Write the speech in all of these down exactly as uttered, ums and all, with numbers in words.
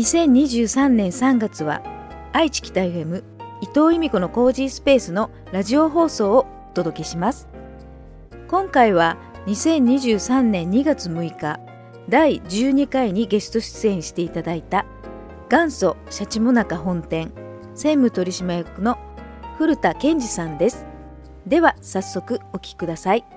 にせんにじゅうさんねんさんがつは愛知北 エフエム 伊藤由美子のコージースペースのラジオ放送をお届けします。今回はにせんにじゅうさんねんにがつむいかだいじゅうにかいにゲスト出演していただいた元祖シャチモナカ本店専務取締役の古田健二さんです。では早速お聞きください。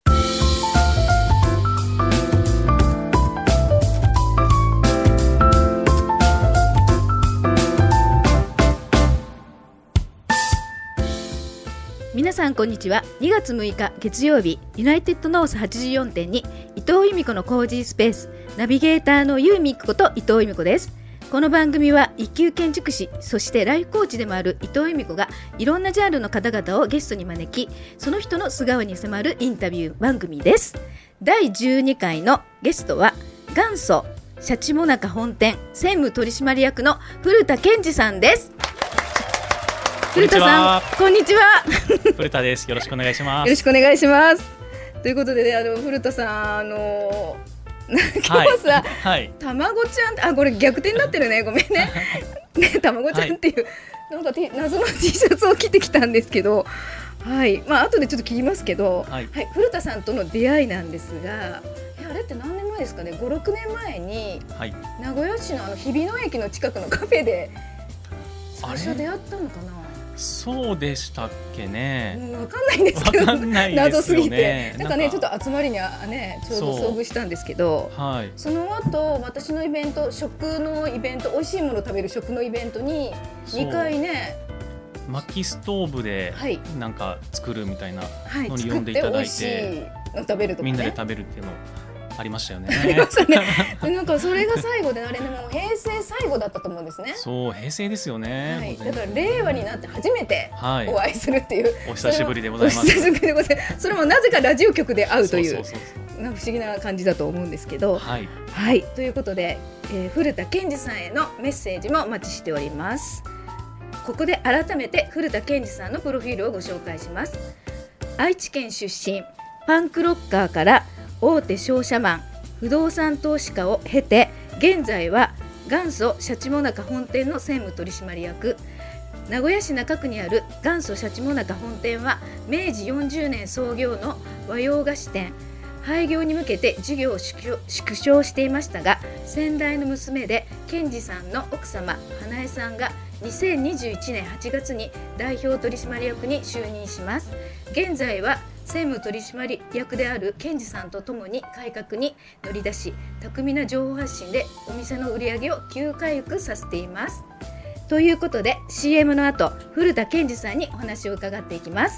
皆さんこんにちは。にがつむいか月曜日、ユナイテッドノースはちじゅうよんてんに伊藤由美子のコージースペースナビゲーターのユーミックこと伊藤由美子です。この番組は一級建築士、そしてライフコーチでもある伊藤由美子がいろんなジャンルの方々をゲストに招き、その人の素顔に迫るインタビュー番組です。だいじゅうにかいのゲストは元祖シャチモナカ本店専務取締役の古田健二さんです。古田さん、こんにちは。 古田です。よろしくお願いします。 よろしくお願いします。ということで、ね、あの古田さん、あの今日さ、はいはい、たまごちゃん、あ、これ逆転になってるね、ごめんね。ね、たまごちゃんっていう、はい、なんか謎の T シャツを着てきたんですけど、はい、まあ後でちょっと切りますけど、はいはい、古田さんとの出会いなんですが、あれって何年前ですかね。ご、ろくねんまえに、はい、名古屋市のあの日比野駅の近くのカフェで最初出会ったのかな。 そうでしたっけね。 うん、分かんないんですけど、 ね、 謎すぎてなんかね、ちょっと集まりにはねちょうど遭遇したんですけど、 そ,、はい、その後私のイベント、食のイベント、美味しいものを食べる食のイベントににかいね、 薪ストーブでなんか作るみたいなのに呼んでいただいて、はい、作って美味しいの食べるとか、ね、みんなで食べるっていうのありましたよね。 ありましたね。なんかそれが最後で、あれでも平成最後だったと思うんですね。 そう、平成ですよね、 はい、だから令和になって初めてお会いするっていう、はい、 お久しぶりでございます。 お久しぶりでございます。それもなぜかラジオ局で会うという、なんか不思議な感じだと思うんですけど、はい、はい、ということで、えー、古田健二さんへのメッセージもお待ちしております。ここで改めて古田健二さんのプロフィールをご紹介します。愛知県出身、パンクロッカーから大手商社マン、不動産投資家を経て、現在は元祖シャチモナカ本店の専務取締役。名古屋市中区にある元祖シャチモナカ本店はめいじよんじゅうねん創業の和洋菓子店。廃業に向けて事業を縮小していましたが、先代の娘で健二さんの奥様花江さんがにせんにじゅういちねんはちがつに代表取締役に就任します。現在は専務取締役である健二さんとともに改革に乗り出し、巧みな情報発信でお店の売り上げを急回復させています。ということで シーエム の後、古田健二さんにお話を伺っていきます。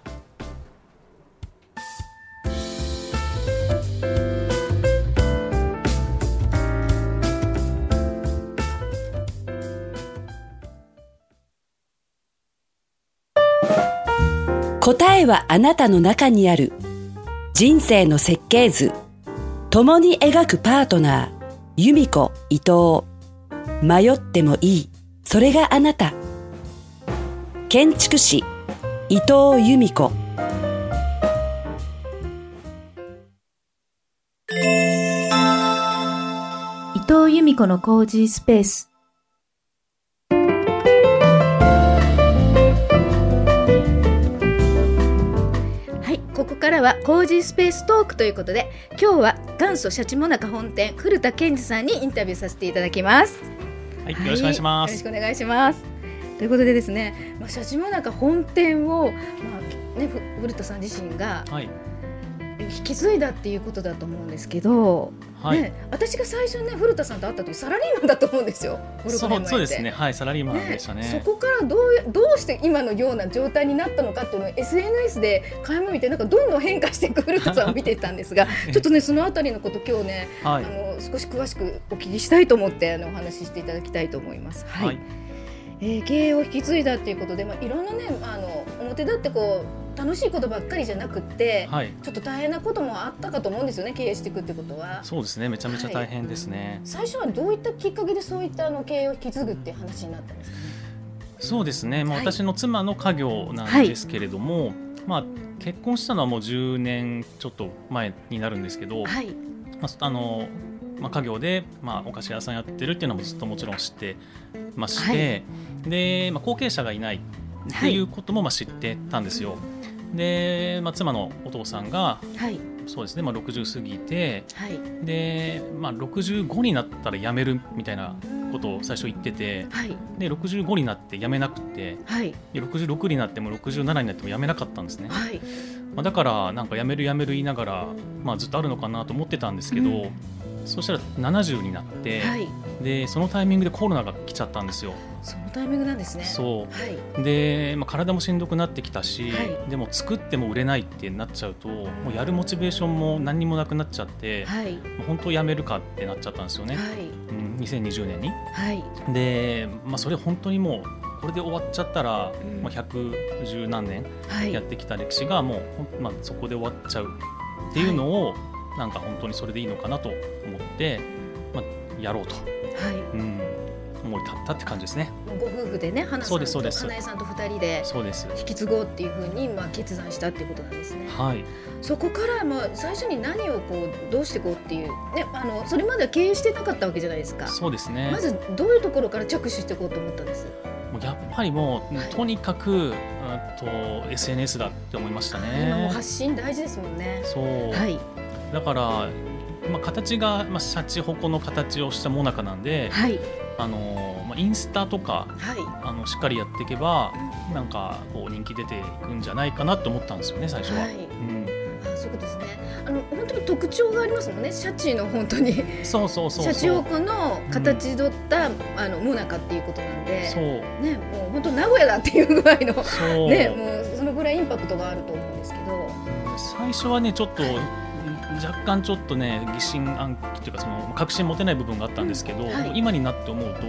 答えはあなたの中にある。人生の設計図、共に描くパートナー、由美子伊藤。迷ってもいい、それがあなた。建築士伊藤由美子。 伊藤由美子のコージースペース。ここからはコージースペーストークということで、今日は元祖シャチモナカ本店古田健二さんにインタビューさせていただきます。 はい、よろしくお願いします。 よろしくお願いします。ということでですね、まあ、シャチモナカ本店を、まあね、古田さん自身が引き継いだっていうことだと思うんですけど、はいね、私が最初ね古田さんと会った時サラリーマンだと思うんですよ。 そう、そうですね、はい、サラリーマンでしたね。 ね、そこからどう、どうして今のような状態になったのかっていうのを エスエヌエス で垣間見て、なんかどんどん変化していく古田さんを見てたんですがちょっとねそのあたりのこと今日ね、はい、あの少し詳しくお聞きしたいと思ってあのお話ししていただきたいと思います。はい、はい、えー、経営を引き継いだっていうことで、まあ、いろんなねあの表だってこう楽しいことばっかりじゃなくって、はい、ちょっと大変なこともあったかと思うんですよね、経営していくってことは。 そうですね、めちゃめちゃ大変ですね。 はい、最初はどういったきっかけでそういったあの経営を引き継ぐっていう話になったんですかね。 そうですね、まあ、私の妻の家業なんですけれども、はい、まあ、結婚したのはもうじゅうねんちょっと前になるんですけど、はい、まあ、あのまあ、家業で、まあ、お菓子屋さんやってるっていうのもずっともちろん知ってまして、はい、で、まあ、後継者がいないっていうこともまあ知ってたんですよ。で、まあ、妻のお父さんが、はい、そうですね、まあ、ろくじゅう過ぎて、はい、で、まあ、ろくじゅうごになったら辞めるみたいなことを最初言ってて、はい、でろくじゅうごになって辞めなくて、はい、でろくじゅうろくになってもろくじゅうななになっても辞めなかったんですね。はい、まあ、だからなんか辞める辞める言いながら、まあ、ずっとあるのかなと思ってたんですけど、うん、そしたらななじゅうになって、はい、でそのタイミングでコロナが来ちゃったんですよ。 そのタイミングなんですね。 そう、はい、で、まあ、体もしんどくなってきたし、はい、でも作っても売れないってなっちゃうともうやるモチベーションも何にもなくなっちゃって、はい、もう本当やめるかってなっちゃったんですよね、はい、うん、にせんにじゅうねんに、はい、で、まあ、それ本当にもうこれで終わっちゃったら、うん、もうひゃくじゅうなんねんやってきた歴史がもう、まあ、そこで終わっちゃうっていうのを、はい、なんか本当にそれでいいのかなと思って、まあ、やろうと、はい、うん、思い立ったって感じですね。 ご夫婦でね、花さんと花江さんとふたりで引き継ごうっていうふうにまあ決断したっていうことなんですね。はい、そこからまあ最初に何をこうどうしていこうっていう、ね、あのそれまでは経営してなかったわけじゃないですか。 そうですね。 まずどういうところから着手していこうと思ったんです？ もうやっぱりもう、はい、とにかくと エスエヌエス だって思いましたね。 今も発信大事ですもんね。 そう、はい、だから、まあ、形が、まあ、シャチホコの形をしたモナカなんで、はい、あのまあ、インスタとか、はい、あのしっかりやっていけば、うん、なんかこう人気出ていくんじゃないかなと思ったんですよね、最初は。はい、うん、 あ、そういうことですね。あの本当に特徴がありますもんね、シャチの本当にそうそうそうそう、 シャチホコの形取った、うん、あのモナカっていうことなんで、そう、ね、もう本当名古屋だっていうぐらいのね、もうそのぐらいインパクトがあると思うんですけど、 最初はねちょっと、はい、若干ちょっとね疑心暗鬼というかその確信持てない部分があったんですけど、うん、はい、今になって思うと、はい、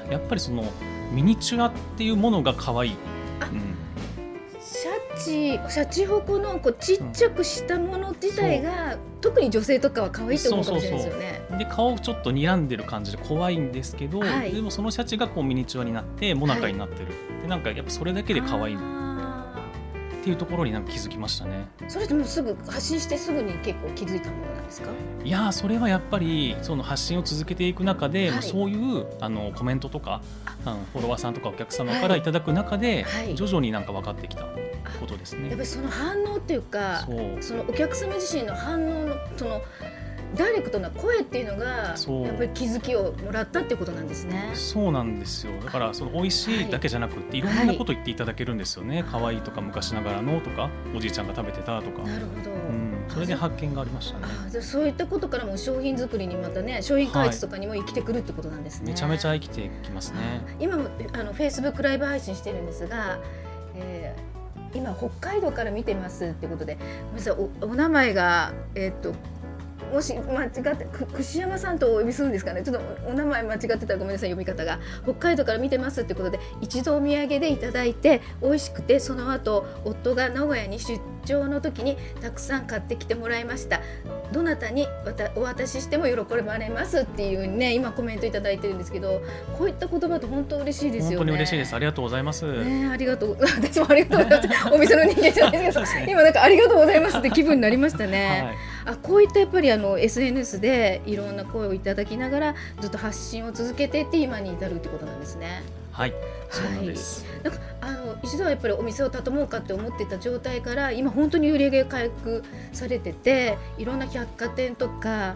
やっぱりそのミニチュアっていうものが可愛い。 あ、うん、シャチシャチホコのこうちっちゃくしたもの自体が、うん、特に女性とかは可愛いと思うかもしれないですよね。 そうそうそう、で顔をちょっ睨んでる感じで怖いんですけど、はい、でもそのシャチがこうミニチュアになってモナカになってる、はい、でなんかやっぱそれだけで可愛いっていうところになんか気づきましたね。それでもすぐ発信してすぐに結構気づいたものなんですか？ いやそれはやっぱりその発信を続けていく中で、はい、そういうあのコメントとかあのフォロワーさんとかお客様からいただく中で、はい、徐々になんか分かってきたことですね。 やっぱりその反応っていうか、そう、そのお客様自身の反応のそのダイレクトな声っていうのがやっぱり気づきをもらったってことなんですね。 そうなんですよ。だからその美味しいだけじゃなくて、はい、いろんなこと言っていただけるんですよね。可愛いとか昔ながらのとかおじいちゃんが食べてたとか。 なるほど、うん、 それで発見がありましたね。 あ、じゃあそういったことからも商品作りにまたね、商品開発とかにも生きてくるってことなんですね。 はい、めちゃめちゃ生きてきますね。 今もあの Facebook ライブ配信してるんですが、えー、今北海道から見てますってことで、ごめんなさい、 お, お名前がえー、っともし間違って串山さんとお呼びするんですかね。ちょっとお名前間違ってたらごめんなさい、読み方が。北海道から見てますってことで一度お土産でいただいて美味しくて、その後夫が名古屋に出張の時にたくさん買ってきてもらいました。どなたにお渡ししても喜ばれますっていうね、今コメントいただいてるんですけど、こういった言葉って本当嬉しいですよね。 本当に嬉しいです。ありがとうございます、 ね、ありがとう。私もありがとうございますお店の人間じゃないですけどね、今なんかありがとうございますって気分になりましたね、はい、あ、こういったやっぱりあの エスエヌエス でいろんな声をいただきながらずっと発信を続けていって今に至るってことなんですね。 はい、そうなんです。 はい、なんかあの一度はやっぱりお店を畳もうかって思ってた状態から今本当に売り上げが回復されてて、いろんな百貨店とか、はい、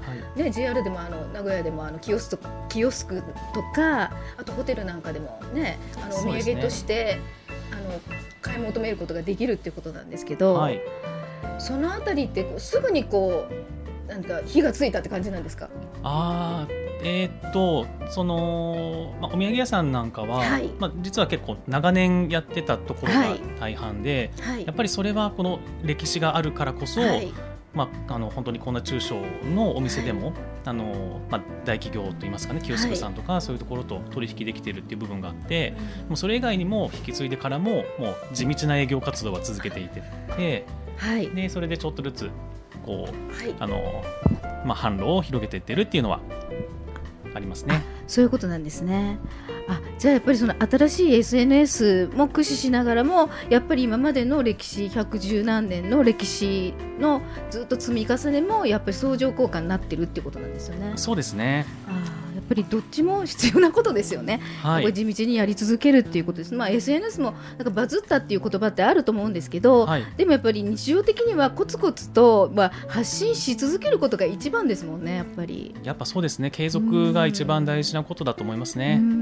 ね、ジェイアール でもあの名古屋でもあのキオスク、キオスクとか、あとホテルなんかでもね、あのお土産として、ね、あの買い求めることができるっていうことなんですけど、はい、そのあたりってすぐにこうなんか火がついたって感じなんですか？ あーえー、っとその、まあ、お土産屋さんなんかは、はい、まあ、実は結構長年やってたところが大半で、はいはい、やっぱりそれはこの歴史があるからこそ、はい、まあ、あの本当にこんな中小のお店でも、はい、あのまあ、大企業といいますかね、キオスクさんとか、はい、そういうところと取引できているっていう部分があって、もうそれ以外にも引き継いでからももう地道な営業活動は続けていて、で、はい、でそれでちょっとずつこう、はい、あのまあ、販路を広げていってるっていうのはありますね。 そういうことなんですね。 あ、じゃあやっぱりその新しい エスエヌエス も駆使しながらもやっぱり今までの歴史ひゃくじゅうなんねんの歴史のずっと積み重ねもやっぱり相乗効果になってるってことなんですよね。 そうですね。 あ、やっぱりどっちも必要なことですよね、はい、これ地道にやり続けるっていうことです。まあ、エスエヌエス もなんかバズったっていう言葉ってあると思うんですけど、はい、でもやっぱり日常的にはコツコツと、まあ、発信し続けることが一番ですもんね。やっぱりやっぱそうですね、継続が一番大事なことだと思いますね。 うん、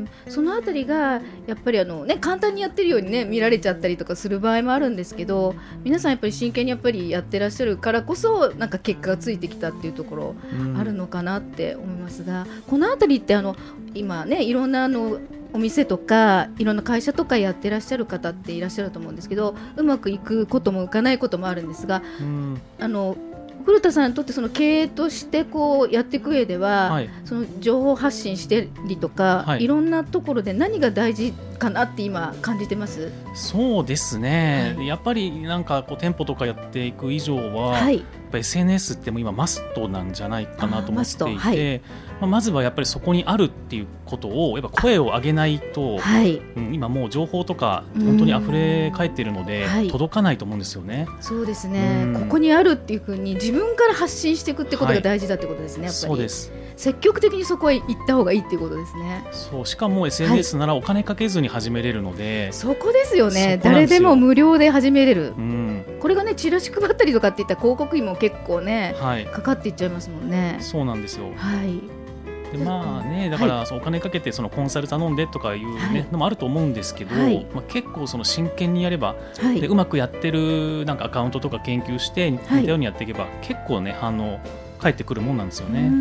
そのあたりがやっぱりあの、ね、簡単にやってるように、ね、見られちゃったりとかする場合もあるんですけど、皆さんやっぱり真剣にやっぱりやってらっしゃるからこそなんか結果がついてきたっていうところあるのかなって思いますが、このあたりってあの今ね、いろんなあのお店とかいろんな会社とかやってらっしゃる方っていらっしゃると思うんですけど、うまくいくこともいかないこともあるんですが、あの古田さんにとってその経営としてこうやっていく上では、はい、その情報発信してりとか、はい、いろんなところで何が大事かなって今感じてます？ そうですね、はい、やっぱりなんかこう店舗とかやっていく以上は、はい、やっぱ エスエヌエス っても今マストなんじゃないかなと思っていて、はい、まあ、まずはやっぱりそこにあるっていうことをやっぱ声を上げないと、はい、うん、今もう情報とか本当に溢れ返っているので、はい、届かないと思うんですよね。 そうですね、ここにあるっていうふうに自分から発信していくってことが大事だってことですね、はい、やっぱりそうです。 積極的にそこへ行った方がいいっていうことですね。 そう、しかも エスエヌエス ならお金かけずに始めれるので、はい、 そこですよね。誰でも無料で始めれる、うん、これがねチラシ配ったりとかっていったら広告費も結構ね、はい、かかっていっちゃいますもんね。 そうなんですよ、 はい、 でまあね、だからそのお金かけてそのコンサル頼んでとかいう、ね、はい、のもあると思うんですけど、はい、まあ、結構その真剣にやれば、はい、でうまくやってるなんかアカウントとか研究して似たようにやっていけば、はい、結構ね反応返ってくるもんなんですよね。うん、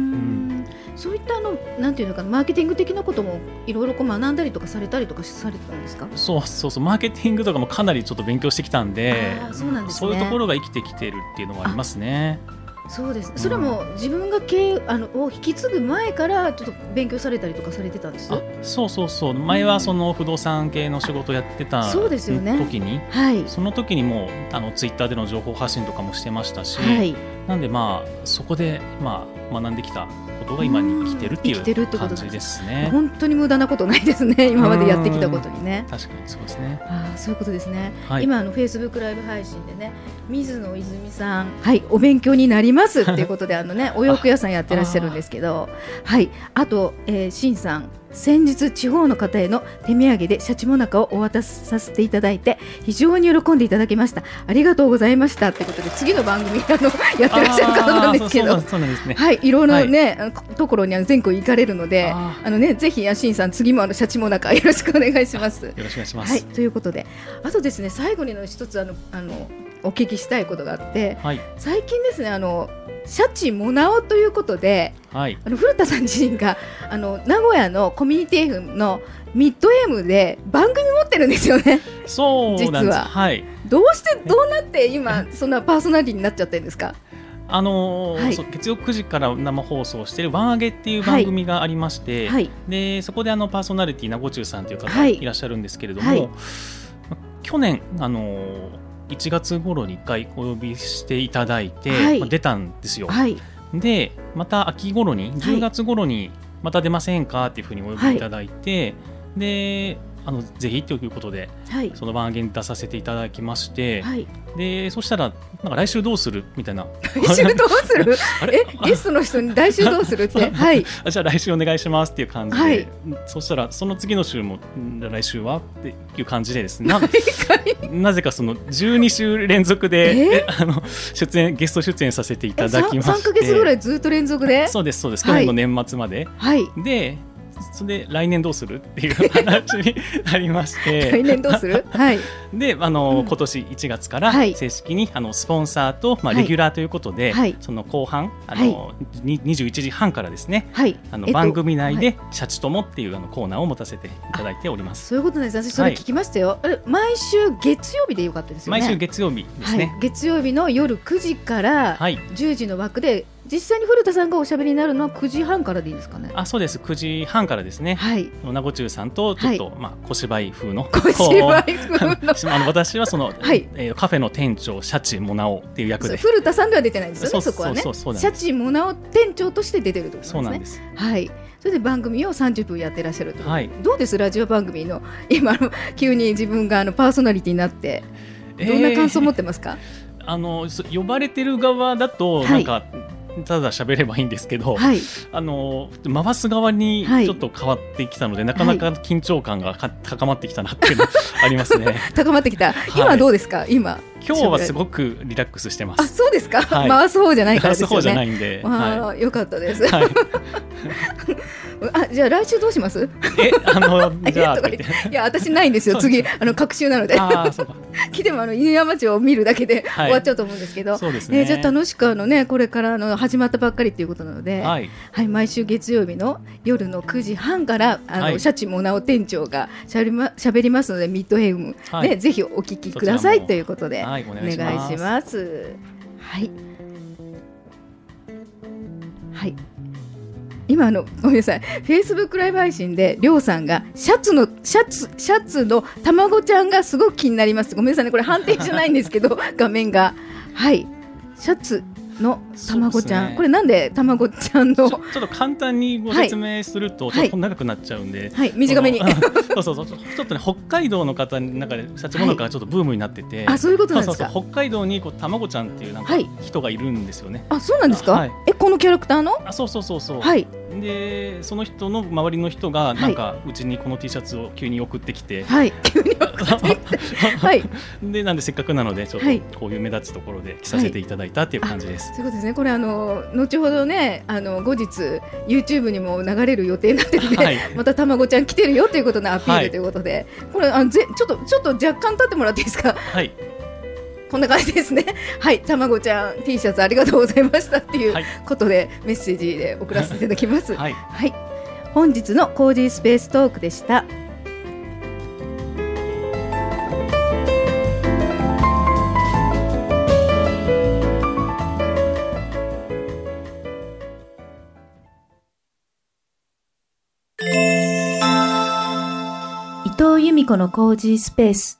そういったあのなんていうのかな、マーケティング的なこともいろいろ学んだりとかされたりとかされてたんですか？ そうそうそう、マーケティングとかもかなりちょっと勉強してきたんで、 あ、そうなんですね、 そういうところが生きてきてるっていうのはありますね。 そうです。それも自分が経営あのを引き継ぐ前からちょっと勉強されたりとかされてたんです？ あ、そうそうそう、前はその不動産系の仕事をやってたそうですよね、 時に、はい、その時にもあのツイッターでの情報発信とかもしてましたし、はい、なんでまあそこでまあ学んできたことが今に生きてるっていう感じですね。 本当に無駄なことないですね、今までやってきたことにね。 確かにそうですね。 あ、そういうことですね、はい、今あのフェイスブックライブ配信でね、水野泉さん、はい、お勉強になりますっていうことであの、ね、お洋服屋さんやってらっしゃるんですけど、あ、はい、あと、えー、シンさん、先日地方の方への手土産でシャチモナカをお渡しさせていただいて非常に喜んでいただきました。ありがとうございましたということで、次の番組あのやってらっしゃる方なんですけど、はい、いろいろね、はい、ところに全国行かれるので、ああの、ね、ぜひシンさん次もあのシャチモナカよろしくお願いします。よろしくお願いします。 はい、ということで、あとですね、最後にの一つあのあのお聞きしたいことがあって、はい、最近ですね、あのシャチモナオということで、はい、あの古田さん自身があの名古屋のコミュニティ エフエム のミッド エム で番組持ってるんですよね。 そうなんです。実は、はい、 どうしてどうなって今そんなパーソナリティになっちゃってるんですか？ あのーはい、そう月曜くじから生放送しているワンアゲっていう番組がありまして、はい、でそこであのパーソナリティ名護中さんという方いらっしゃるんですけれども、はいはい、去年あのーいちがつ頃にいっかいお呼びしていただいて、はい、まあ、出たんですよ、はい、でまた秋頃にじゅうがつ頃にまた出ませんかっていうふうにお呼びいただいて、はい、であのぜひということで、はい、その番組に出させていただきまして、はい、でそしたらなんか来週どうするみたいな来週どうするえゲストの人に来週どうするって、はい、 じゃあ来週お願いしますっていう感じで、はい、そしたらその次の週も来週はっていう感じでですね、 な, なぜかそのじゅうにしゅう連続で、えー、あの出演ゲスト出演させていただきまして、 さんかげつぐらいずっと連続でそうですそうです、去年の年末まで、はい、でそれで来年どうするっていう話になりまして来年どうする、はい、 であの、うん、今年いちがつから正式にあのスポンサーと、まあ、レギュラーということで、はい、その後半あの、はい、にじゅういちじはんからですね、はい、あの番組内でシャチ友っていうあのコーナーを持たせていただいております。 そういうことです。私それ聞きましたよ、はい、毎週月曜日でよかったですよね。 毎週月曜日ですね、 はい、月曜日の夜くじからじゅうじの枠で実際に古田さんがおしゃべりになるのはくじはんからでいいですかね。 あ、そうです、くじはんからですね。 はい、 名護中さんとちょっと、はい、まあ、小芝居風の小芝居風のあの私はその、 はい、 えー、カフェの店長シャチモナオっていう役で、 古田さんでは出てないんですよね。そこはね、シャチモナオ店長として出てるってことですね。そうなんです。はい、それで番組をさんじゅっぷんやってらっしゃると、はい、どうです、ラジオ番組の今の急に自分があのパーソナリティになってどんな感想を持ってますか？ えー、あの呼ばれてる側だとなんか、はい、ただ喋ればいいんですけど、はい、あの回す側にちょっと変わってきたので、はい、なかなか緊張感がか高まってきたなっていうのありますね。 高まってきた。今どうですか？はい、今今日はすごくリラックスしてます。 あ、そうですか。はい、回す方じゃないからですよね。 回す方じゃないんで、 はい、よかったです。はい、あ、じゃあ来週どうします？ え、あのじゃあいや、私ないんですよ。次あの隔週なのであそうか来てもあの犬山町を見るだけで終わっちゃうと思うんですけど、はい、そうですね。えー、じゃあ楽しくあのね、これからあの始まったばっかりということなので、はいはい、毎週月曜日の夜のくじはんからあの、はい、シャチモナオ店長がしゃべりま、しゃべりますので、ミッドヘイム、はい、ね、ぜひお聞きくださいということで、はい、お願いします。お願いします。はい。はい。今あのごめんなさい、フェイスブックライブ配信でりょうさんがシャツのシャツシャツの卵ちゃんがすごく気になります。ごめんなさいね、これ判定じゃないんですけど画面が、はい、シャツの卵ちゃん、ね、これなんで卵ちゃんのちょ、ちょっと簡単にご説明すると、はい、ちょっと長くなっちゃうんで、 はいはい、短めにそうそうそう、ちょっとね、北海道の方の中でシャチモナカがちょっとブームになってて、はい、 あ、そういうことなんですか。 そうそうそう、北海道にこう卵ちゃんっていうなんか人がいるんですよね。 はい、あ、そうなんですか。はい、え、このキャラクターの、 あ、そうそうそうそう、 はい、 でその人の周りの人がなんかうちにこの T シャツを急に送ってきて、 はい、急に送ってきてはい、 でなんでせっかくなのでちょっとこういう目立つところで着させていただいたっていう感じです。 はい、そういうことですね。これあの後ほどね、あの後日 YouTube にも流れる予定になってるので、はい、また卵ちゃん来てるよということのアピールということで、はい、これあのぜちょっとちょっと若干立ってもらっていいですか。はい、こんな感じですね。はい、たまごちゃん T シャツありがとうございましたっていうことで、はい、メッセージで送らせていただきます。はい、はい、本日のコージースペーストークでした。伊藤由美子のコージースペース。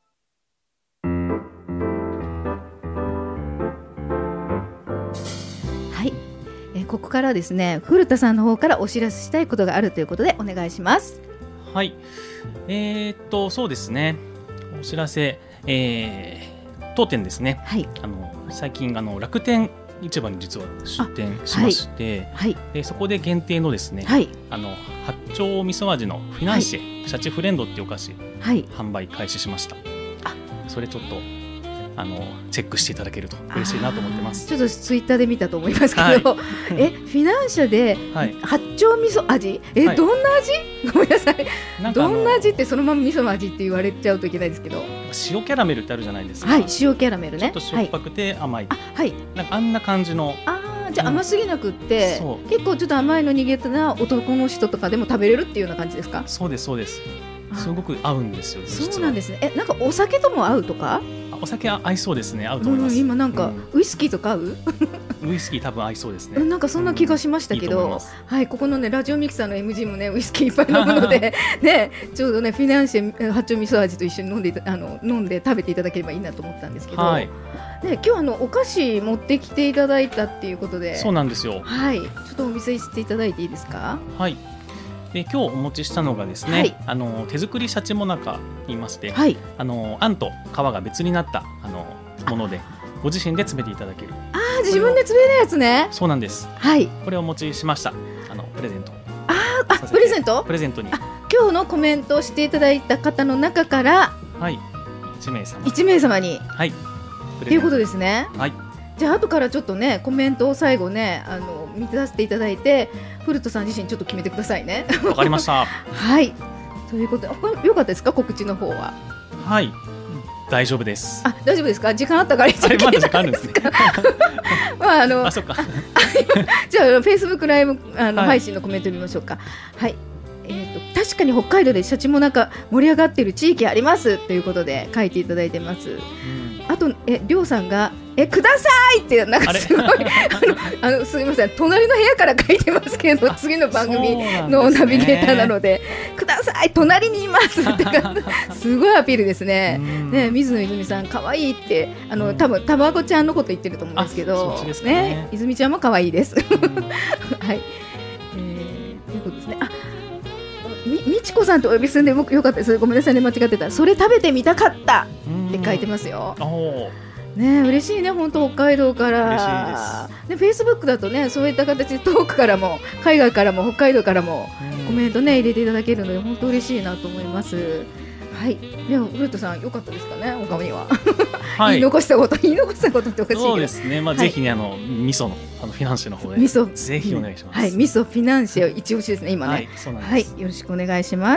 はい、えー、ここからですね、古田さんの方からお知らせしたいことがあるということでお願いします。 はい、えー、っとそうですね、お知らせ、えー、当店ですね、はい、あの最近あの楽天市場に実は出店しまして、はいはい、でそこで限定のですね、はい、あの八丁味噌味のフィナンシェ、はい、シャチフレンドっていうお菓子、はい、販売開始しました。あ、それちょっとあのチェックしていただけると嬉しいなと思ってます。 ちょっとツイッターで見たと思いますけど、はい、えフィナンシェで八丁味噌味、え、はい、どんな味？ごめんなさい、なんかどんな味ってそのまま味噌の味って言われちゃうといけないですけど、 塩キャラメルってあるじゃないですか。 はい、塩キャラメルね、 ちょっとしょっぱくて甘い、はい、あ、はい、なんかあんな感じの。 あ、じゃあ甘すぎなくって、うん、結構ちょっと甘いの苦手な男の人とかでも食べれるっていうような感じですか？ そうですそうです、すごく合うんですよ。 そうなんですね。え、なんかお酒とも合うとか？ お酒合いそうですね。合うと思います。 うん、今なんか、うん、ウイスキーとか合う？ ウイスキー多分合いそうですね。 なんかそんな気がしましたけど、うん、いいはい、ここのねラジオミキサーの エムジー もねウイスキーいっぱい飲むのでね、ちょうどねフィナンシェ八丁味噌味と一緒に飲んであの飲んで食べていただければいいなと思ったんですけど、はい、で今日あのお菓子持ってきていただいたっていうことで。 そうなんですよ。 はい、ちょっとお見せしていただいていいですか？ はい。で今日お持ちしたのがですね、はい、あの手作りシャチモナカと言いまして、はい、あのあんと皮が別になったあのものでご自身で詰めていただける。 ああ、自分で詰めるやつね。 そうなんです。はい。これをお持ちしました。あのプレゼント。 ああ、プレゼント？ プレゼントに。 あ、今日のコメントをしていただいた方の中から、 はい、いちめいさま。 いちめいさまに。 はい。 ということですね。 はい。 じゃあ後からちょっとねコメントを最後ねあの見させていただいて、古田さん自身ちょっと決めてくださいね。 わかりました。 はい。ということで、よかったですか、告知の方は？ はい。大丈夫です。 あ、大丈夫ですか？時間あったから言っちゃいけないですか？ まだ時間あるんですね。 まああの、 あ、そっか。 じゃあフェイスブックライブあの、はい、配信のコメント見ましょうか。はい。えーと、確かに北海道でシャチモナカ盛り上がっている地域ありますということで書いていただいてます。うん、あとえりょうさんがえくださいってなんかすごい あ, あ, のあのすみません隣の部屋から書いてますけど次の番組のナビゲーターなのでください隣にいますってすごいアピールですね。ね水野泉さん可愛いってあの多分たばこちゃんのこと言ってると思うんですけど、 ねね、泉ちゃんも可愛いです。はい、えー、ということですね。あみ, みちこさんとお呼びするんで僕よかったです。ごめんなさいね間違ってた。それ食べてみたかったって書いてますよ。ね嬉しいね本当北海道からでフェイスブックだとねそういった形で遠くからも海外からも北海道からもコメントね入れていただけるので本当嬉しいなと思います。はい、では古田さん良かったですかねお顔には、はい、言い残したこと言い残したことっておかしいけどそうですね、まあはい、ぜひねあの味噌のあのフィナンシェの方で味噌ぜひお願いします。 はい、味噌フィナンシェ一押しですね今ね。 はいそうなんです。 はい、よろしくお願いします。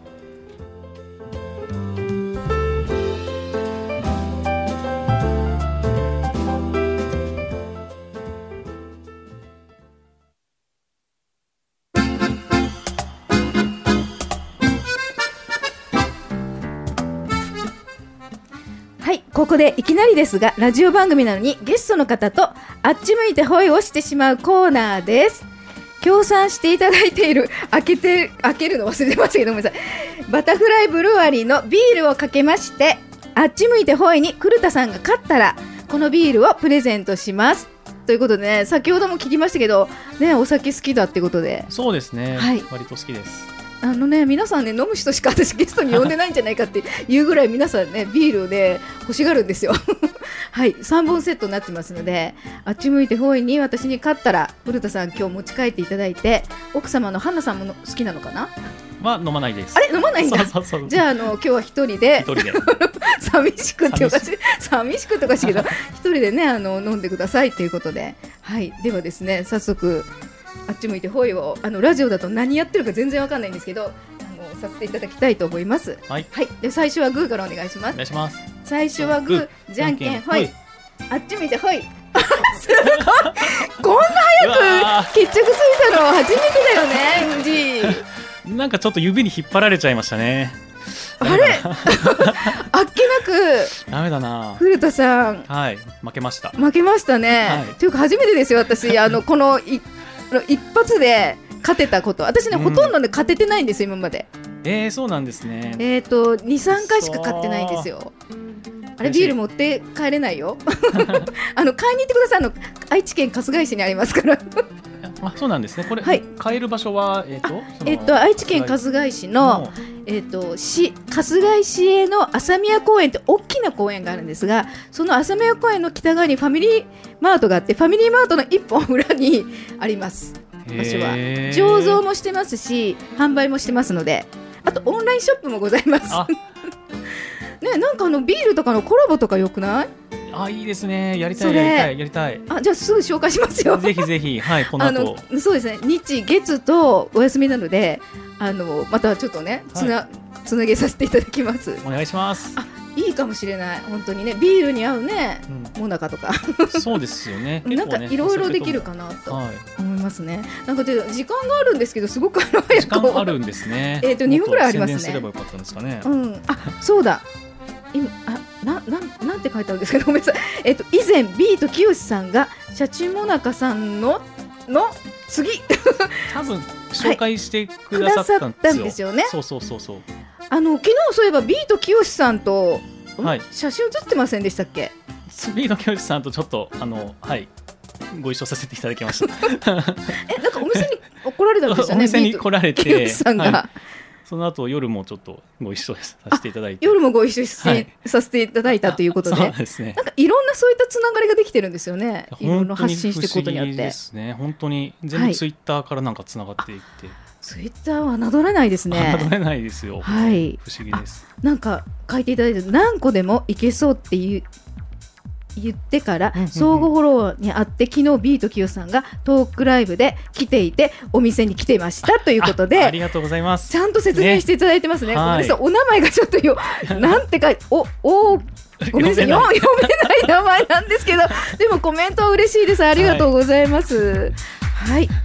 ここでいきなりですがラジオ番組なのにゲストの方とあっち向いてホイをしてしまうコーナーです。協賛していただいている開けて開けるの忘れてましたけどごめんなさいバタフライブルワリーのビールをかけましてあっち向いてホイに古田さんが勝ったらこのビールをプレゼントしますということでね先ほども聞きましたけどねお酒好きだってことでそうですね、はい、割と好きです。 あのね、皆さんね飲む人しか私ゲストに呼んでないんじゃないかっていうぐらい皆さんねビールをね欲しがるんですよはいさんぼんセットになってますのであっち向いてホイに私に勝ったら古田さん今日持ち帰っていただいて奥様の花さんも好きなのかなは飲まないです。 あれ飲まないんだ。 そうそうそうじゃあ、あの今日は一人で一人で寂しくっておかしい寂しくっておかしいけど一人でねあの飲んでくださいということで、はい、ではですね早速あっち向いてホイをあのラジオだと何やってるか全然わかんないんですけどあのさせていただきたいと思います。 はい、 はい、で最初はグーからお願いします。 お願いします。 最初はグーじゃんけんホイあっち向いてホイすごいこんな早く決着ついたの初めてだよね エムジーなんかちょっと指に引っ張られちゃいましたね。 あれあっけなくダメだな古田さん、 はい、負けました負けましたね、はい、というか初めてですよ私あのこのい一発で勝てたこと私ね、うん、ほとんど、ね、勝ててないんですよ今まで。 えー、そうなんですね。 えーと にさんかいしか勝ってないんですよ。あれビール持って帰れないよあの買いに行ってください。あの愛知県春日井市にありますからあそうなんですね。これ、 はい、 買える場所は、えーとえー、と愛知県春日井市の、えー、と市春日井市営の朝宮公園って大きな公園があるんですがその朝宮公園の北側にファミリーマートがあってファミリーマートの一本裏にあります場所は。醸造もしてますし販売もしてますのであとオンラインショップもございますね、なんかあのビールとかのコラボとかよくない？ あいいですね。やりたいやりたいやりたい。 あじゃあすぐ紹介しますよぜひぜひ、はい、この後あのそうですね日月とお休みなのであのまたちょっとねつな、はい、つなげさせていただきます。 お願いします。 あいいかもしれない本当にねビールに合うね、うん、モナカとかそうですよねなんかいろいろできるかなと思いますね、はい、なんかで時間があるんですけどすごく早く時間あるんですねえーとにふんぐらいありますね。 宣伝すればよかったんですかね、 うん、あそうだ今あなななんて書いてあるんですかごめんなさい、えーと以前ビート清さんがシャチモナカさんのの次多分紹介してくださったんですよ、はい、 ですよね。 そうそうそうそうあの昨日そういえばビート清さんと、 はい、 写真写ってませんでしたっけ？ ビート清さんとちょっとあのはいご一緒させていただきましたえなんかお店に来られたんですよねお店に来られてさんが、はい、 その後夜もちょっとご一緒させていただいて夜もご一緒して、はい、させていただいたということで、 そうですね、 なんかいろんなそういったつながりができてるんですよね。いろいろ発信していくことによって本当に不思議ですね。本当に全部ツイッターからなんかつながっていって、はい、 ツイッターは侮れないですね。 侮れないですよ、 はい、 不思議です。 なんか書いていただいて何個でもいけそうっていう言ってから相互フォローにあって昨日ビートキヨさんがトークライブで来ていてお店に来てましたということであ, ありがとうございます。 ちゃんと説明していただいてますね。ごめんなさい、 はい、 お名前がちょっとよなんてかおおごめんなさい読めない名前なんですけどでもコメントは嬉しいです。ありがとうございます。はい、はい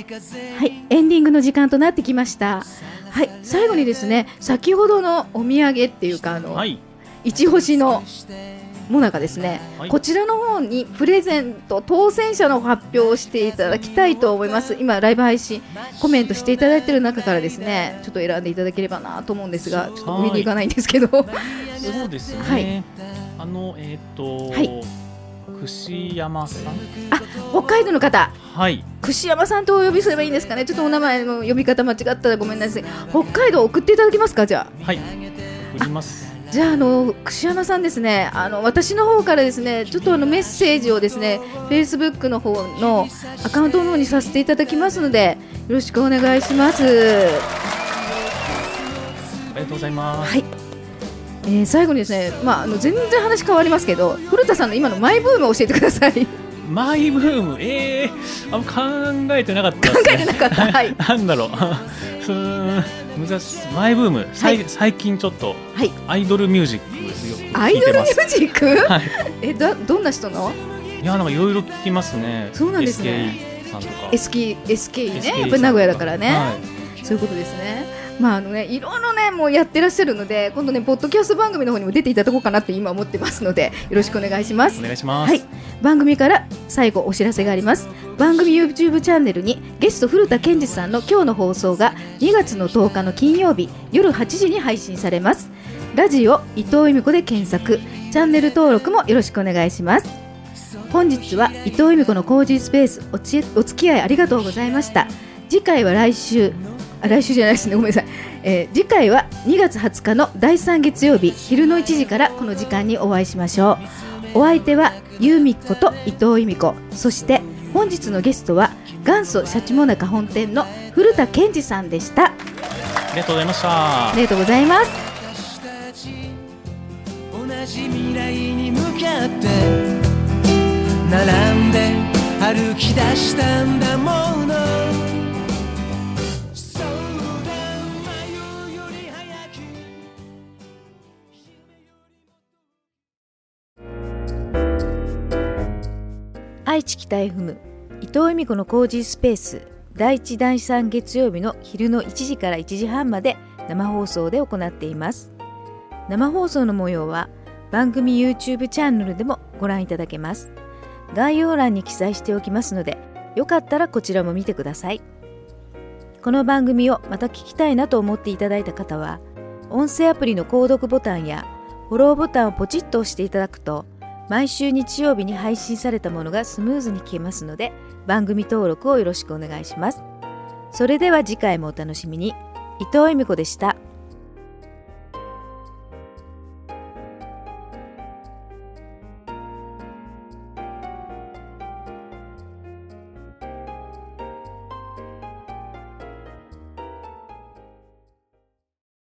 はい、エンディングの時間となってきました。はい、最後にですね、先ほどのお土産っていうかあの、はい、一星のもなかですね、はい、こちらの方にプレゼント当選者の発表をしていただきたいと思います。今ライブ配信コメントしていただいている中からですね、ちょっと選んでいただければなと思うんですが、ちょっと上に行かないんですけど、 そうですね、はい、あのえっ、ー、と、はい、串山さん、 あ、北海道の方、 はい、 串山さんとお呼びすればいいんですかね。ちょっとお名前の呼び方間違ったらごめんなさい。北海道送っていただけますか。じゃあ、 はい、送ります。 じゃあ、あの串山さんですね、あの私の方からですね、ちょっとあのメッセージをですね、Facebook の方のアカウントの方にさせていただきますので、よろしくお願いします。ありがとうございます。 はい、えー、最後にですね、まあ、あの全然話変わりますけど、古田さんの今のマイブームを教えてください。 マイブーム、えー、あ考えてなかったですね。 考えてなかった、はい、 なんだろうマイブーム、はい、最近ちょっと、はい、アイドルミュージックよく聞いてます。 アイドルミュージック、はい、えだどんな人の？ いや、なんかいろいろ聞きますね。 そうなんですね。 エスケー さんとかエスケー エスケー ね、やっぱり名古屋だからね、はい、そういうことですね。まああのね、いろいろねもうやってらっしゃるので、今度ねポッドキャスト番組の方にも出ていただこうかなって今思ってますので、よろしくお願いします。 お願いします。 はい、番組から最後お知らせがあります。番組 YouTube チャンネルにゲスト古田健二さんの今日の放送がにがつのとおかの金曜日夜はちじに配信されます。ラジオ伊藤由美子で検索、チャンネル登録もよろしくお願いします。本日は伊藤由美子のコージースペース お, ちお付き合いありがとうございました。次回は来週あ来週じゃないですね、ごめんなさい、えー、次回はにがつはつかのだいさん月曜日昼のいちじからこの時間にお会いしましょう。お相手は由美子と伊藤由美子、そして本日のゲストは元祖シャチモナカ本店の古田健二さんでした。 ありがとうございました。 ありがとうございます。 同じ未来に向かって並んで歩き出したんだもの。 愛知北 エフエム 伊藤由美子のコージースペースだいいちだいさん月曜日の昼のいちじからいちじはんまで生放送で行っています。生放送の模様は番組 YouTube チャンネルでもご覧いただけます。概要欄に記載しておきますので、よかったらこちらも見てください。この番組をまた聞きたいなと思っていただいた方は、音声アプリの購読ボタンやフォローボタンをポチッと押していただくと、毎週日曜日に配信されたものがスムーズに聞けますので、番組登録をよろしくお願いします。それでは次回もお楽しみに。伊藤由美子でした。